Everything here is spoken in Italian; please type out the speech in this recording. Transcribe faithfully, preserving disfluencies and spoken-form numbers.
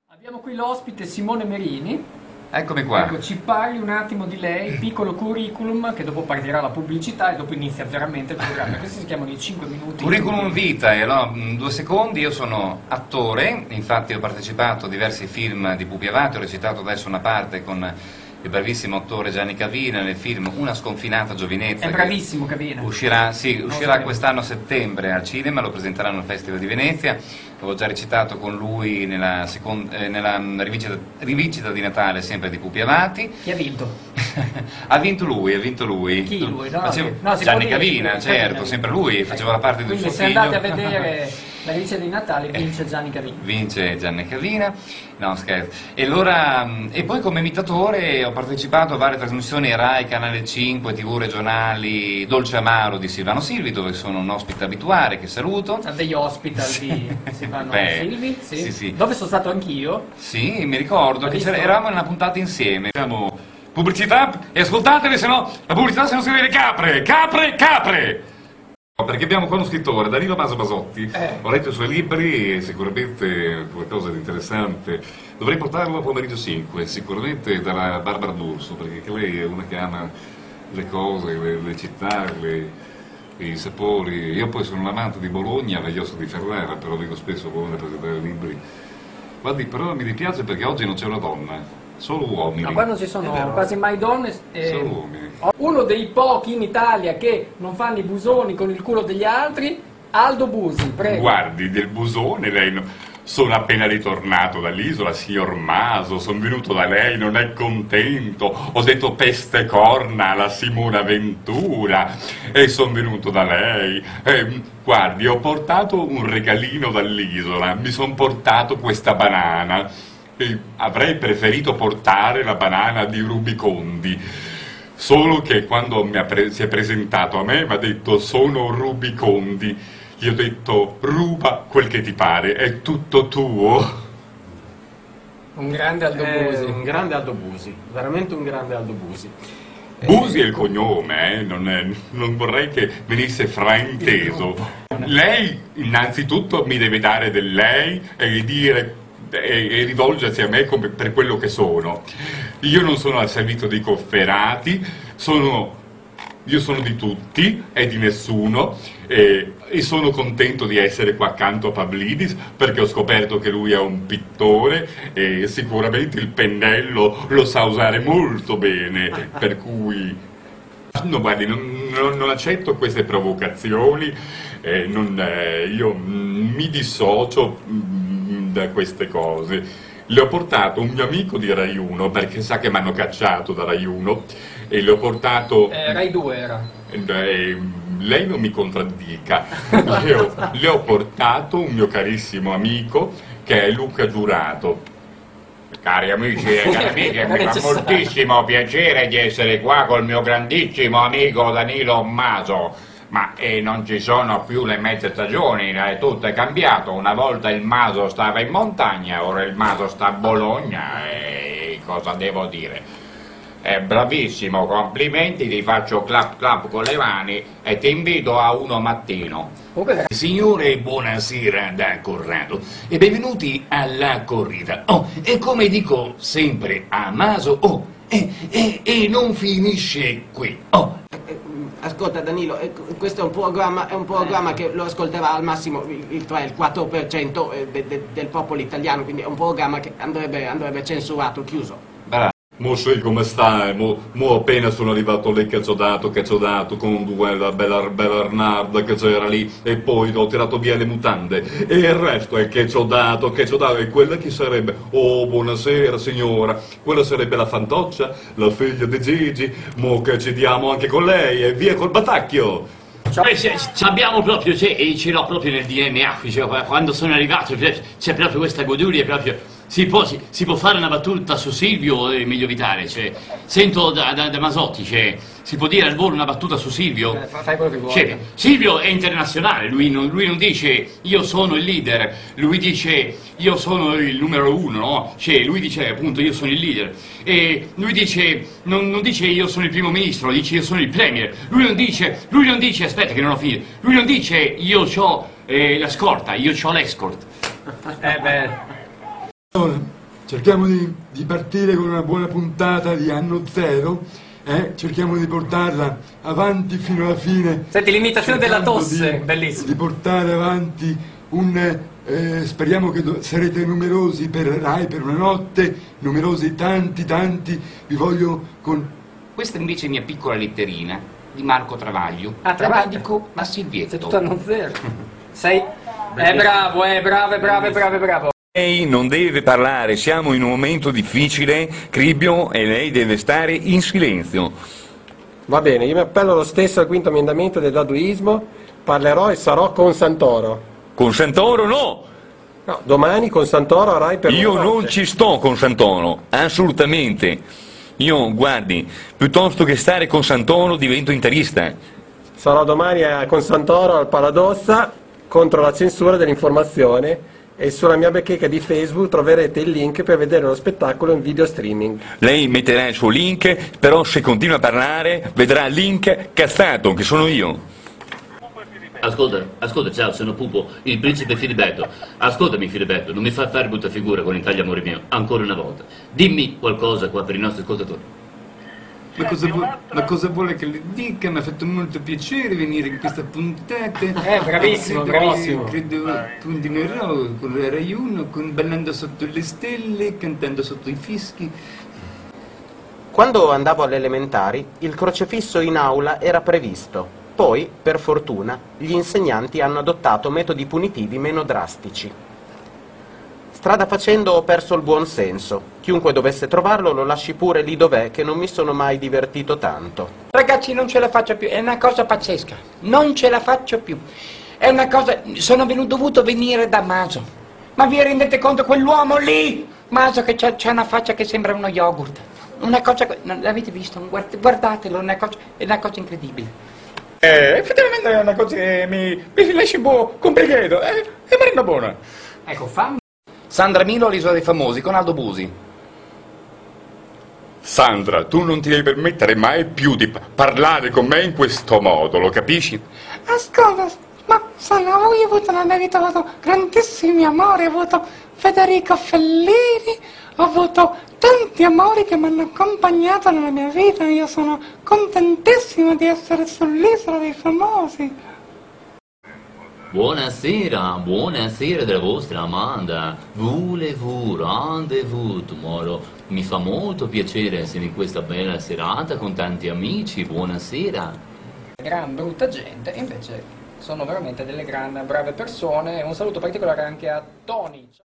Abbiamo qui l'ospite Simone Merini. Eccomi qua. Ecco, ci parli un attimo di lei, piccolo curriculum, che dopo partirà la pubblicità e dopo inizia veramente il programma. Questi si chiamano i cinque minuti. Curriculum vitae, allora, due secondi, io sono attore, infatti ho partecipato a diversi film di Pupi Avati, ho recitato adesso una parte con il bravissimo attore Gianni Cavina nel film Una sconfinata giovinezza. È bravissimo Cavina. Uscirà, sì, uscirà quest'anno a settembre al cinema, lo presenteranno al Festival di Venezia. Avevo già recitato con lui nella, second, eh, nella rivincita, rivincita di Natale sempre di Pupi Avati. Chi ha vinto? Ha vinto lui, ha vinto lui. Chi lui? No, Facevo, no, Gianni Cavina, certo, Cavina. sempre lui, faceva la parte del Quindi suo se figlio. andate a vedere la rivincita di Natale vince Gianni Cavina. Vince Gianni Cavina, no scherzo. E, allora, e poi come imitatore ho partecipato a varie trasmissioni Rai, Canale cinque, tivù regionali, Dolce Amaro di Silvano Silvi, dove sono un ospite abituale che saluto. Ha degli hospital di Silvano Beh, Silvi, sì. sì, sì. Dove sono stato anch'io. Sì, mi ricordo L'ha che visto? eravamo in una puntata insieme. Siamo pubblicità e ascoltatevi, se no la pubblicità se non si vede capre, capre, capre! Perché abbiamo qua uno scrittore, Danilo Maso Basotti, Eh. ho letto i suoi libri e sicuramente qualcosa di interessante. Dovrei portarlo a pomeriggio cinque, sicuramente dalla Barbara D'Urso, perché anche lei è una che ama le cose, le, le città, le, i sapori. Io poi sono un amante di Bologna, Veglioso di Ferrara, però dico spesso a Bologna a presentare libri. Guardi, però mi dispiace perché oggi non c'è una donna. Solo uomini. Ma qua non ci sono È vero. quasi mai donne. eh, Solo uomini. Uno dei pochi in Italia che non fanno i busoni con il culo degli altri, Aldo Busi, prego. Guardi, del busone lei no- sono appena ritornato dall'isola, signor Maso, sono venuto da lei, non è contento, ho detto peste corna alla Simona Ventura e sono venuto da lei. E, guardi, ho portato un regalino dall'isola, mi sono portato questa banana. E avrei preferito portare la banana di Rubicondi, solo che quando mi ha pre- si è presentato a me mi ha detto sono Rubicondi, gli ho detto ruba quel che ti pare, è tutto tuo. Un grande Aldo Eh, Busi. un grande Aldo Busi, veramente un grande Aldo Busi. Busi è il cognome, eh? non, è- non vorrei che venisse frainteso. Lei innanzitutto mi deve dare del lei e dire e, e rivolgersi a me come per quello che sono. Io non sono al servizio dei cofferati, sono, io sono di tutti e di nessuno e, e sono contento di essere qua accanto a Pavlidis perché ho scoperto che lui è un pittore e sicuramente il pennello lo sa usare molto bene, per cui no, guardi, non, non- non accetto queste provocazioni, eh, non, eh, io mm, mi dissocio mm, da queste cose. Le ho portato un mio amico di Rai uno, perché sa che mi hanno cacciato da Rai uno, e le ho portato... Eh, Rai due era. Eh, lei non mi contraddica, le ho, le ho portato un mio carissimo amico che è Luca Giurato. Cari amici e cari amiche, mi fa moltissimo piacere di essere qua col mio grandissimo amico Danilo Maso. Ma eh, non ci sono più le mezze stagioni, eh, tutto è cambiato. Una volta il Maso stava in montagna, ora il Maso sta a Bologna, e cosa devo dire? È bravissimo, complimenti, ti faccio clap clap con le mani e ti invito a uno mattino. Comunque, Signore, buonasera da Corrado e benvenuti alla corrida. Oh, e come dico sempre a Maso, oh, e, e, e non finisce qui. Oh, Ascolta Danilo, eh, questo è un programma, è un programma che lo ascolterà al massimo il, il tre, il quattro per cento de- de- del popolo italiano, quindi è un programma che andrebbe, andrebbe censurato, chiuso. Mo sai come stai, mo, mo appena sono arrivato lì che ci ho dato, che ci ho dato con due la bella Bernarda che c'era lì e poi ho tirato via le mutande e il resto è che ci ho dato, che ci ho dato e quella chi sarebbe? Oh, buonasera signora, quella sarebbe la Fantoccia, la figlia di Gigi, mo che ci diamo anche con lei e via col batacchio! eh, ce, ce l'abbiamo proprio, cioè, e ce l'ho proprio nel D N A, cioè, quando sono arrivato c'è, c'è proprio questa goduria, proprio... Si può, si, si può fare una battuta su Silvio, è meglio evitare, cioè, sento da, da, da Masotti, cioè, si può dire al volo una battuta su Silvio? eh, fa- fai quello che vuoi. Cioè, Silvio è internazionale, lui non, lui non dice io sono il leader, lui dice io sono il numero uno, no? Cioè, lui dice appunto io sono il leader. E lui dice, non, non dice io sono il primo ministro, dice io sono il premier. Lui non dice, lui non dice, aspetta che non ho finito, lui non dice io ho eh, la scorta, io ho l'escort. Eh beh. cerchiamo di, di partire con una buona puntata di Anno Zero, eh? cerchiamo di portarla avanti fino alla fine. Senti, l'imitazione della cercando tosse, di, bellissima. Di portare avanti un... Eh, speriamo che do- sarete numerosi per Rai per una notte, numerosi tanti tanti, vi voglio con... Questa invece è mia piccola letterina di Marco Travaglio. Ah, Travaglio. Travaglico ma Silvietto. Sei tutto Anno Zero. Sei... È bravo, è bravo, è bravo, è bravo, è bravo. Lei non deve parlare, siamo in un momento difficile, Cribbio, e lei deve stare in silenzio. Va bene, io mi appello lo stesso al quinto emendamento del daduismo, parlerò e sarò con Santoro. Con Santoro no! No, domani con Santoro a Rai per Io una non notte. ci sto con Santoro, assolutamente. Io, guardi, piuttosto che stare con Santoro divento interista. Sarò domani a- con Santoro al Paladossa contro la censura dell'informazione e sulla mia bacheca di Facebook troverete il link per vedere lo spettacolo in video streaming. Lei metterà il suo link, però se continua a parlare vedrà il link cazzato, che sono io. Ascolta, ascolta, ciao, sono Pupo, il principe Filiberto. Ascoltami Filiberto, non mi fa fare brutta figura con l'Italia, amore mio, ancora una volta. Dimmi qualcosa qua per i nostri ascoltatori. Ma cosa, vu- ma cosa vuole che le dica? Mi ha fatto molto piacere venire in questa puntata. Eh, bravissimo, Credo che- bravissimo. Credo continuerò con la Rai uno, con ballando sotto le stelle, cantando sotto i fischi. Quando andavo alle elementari, il crocefisso in aula era previsto. Poi, per fortuna, gli insegnanti hanno adottato metodi punitivi meno drastici. Strada facendo ho perso il buon senso. Chiunque dovesse trovarlo lo lasci pure lì dov'è, che non mi sono mai divertito tanto. Ragazzi, non ce la faccio più, è una cosa pazzesca, non ce la faccio più. È una cosa, sono venuto, dovuto venire da Maso. Ma vi rendete conto, quell'uomo lì, Maso, che c'ha, c'ha una faccia che sembra uno yogurt. Una cosa, non l'avete visto? Guard- Guardatelo, è una cosa, è una cosa incredibile. Eh, effettivamente è una cosa che mi, mi lascia un po' complicato, eh, è marina buona. Ecco, fammi... Sandra Milo all'Isola dei Famosi, con Aldo Busi. Sandra, tu non ti devi permettere mai più di pa- parlare con me in questo modo, lo capisci? Ascolta, ma Sandra, io ho avuto nella mia vita, ho avuto grandissimi amori, ho avuto Federico Fellini, ho avuto tanti amori che mi hanno accompagnato nella mia vita, io sono contentissima di essere sull'Isola dei Famosi. Buonasera, buonasera della vostra Amanda. Voulez-vous, rendez-vous tomorrow. Mi fa molto piacere essere in questa bella serata con tanti amici. Buonasera. Gran brutta gente, invece sono veramente delle gran brave persone. Un saluto particolare anche a Tony.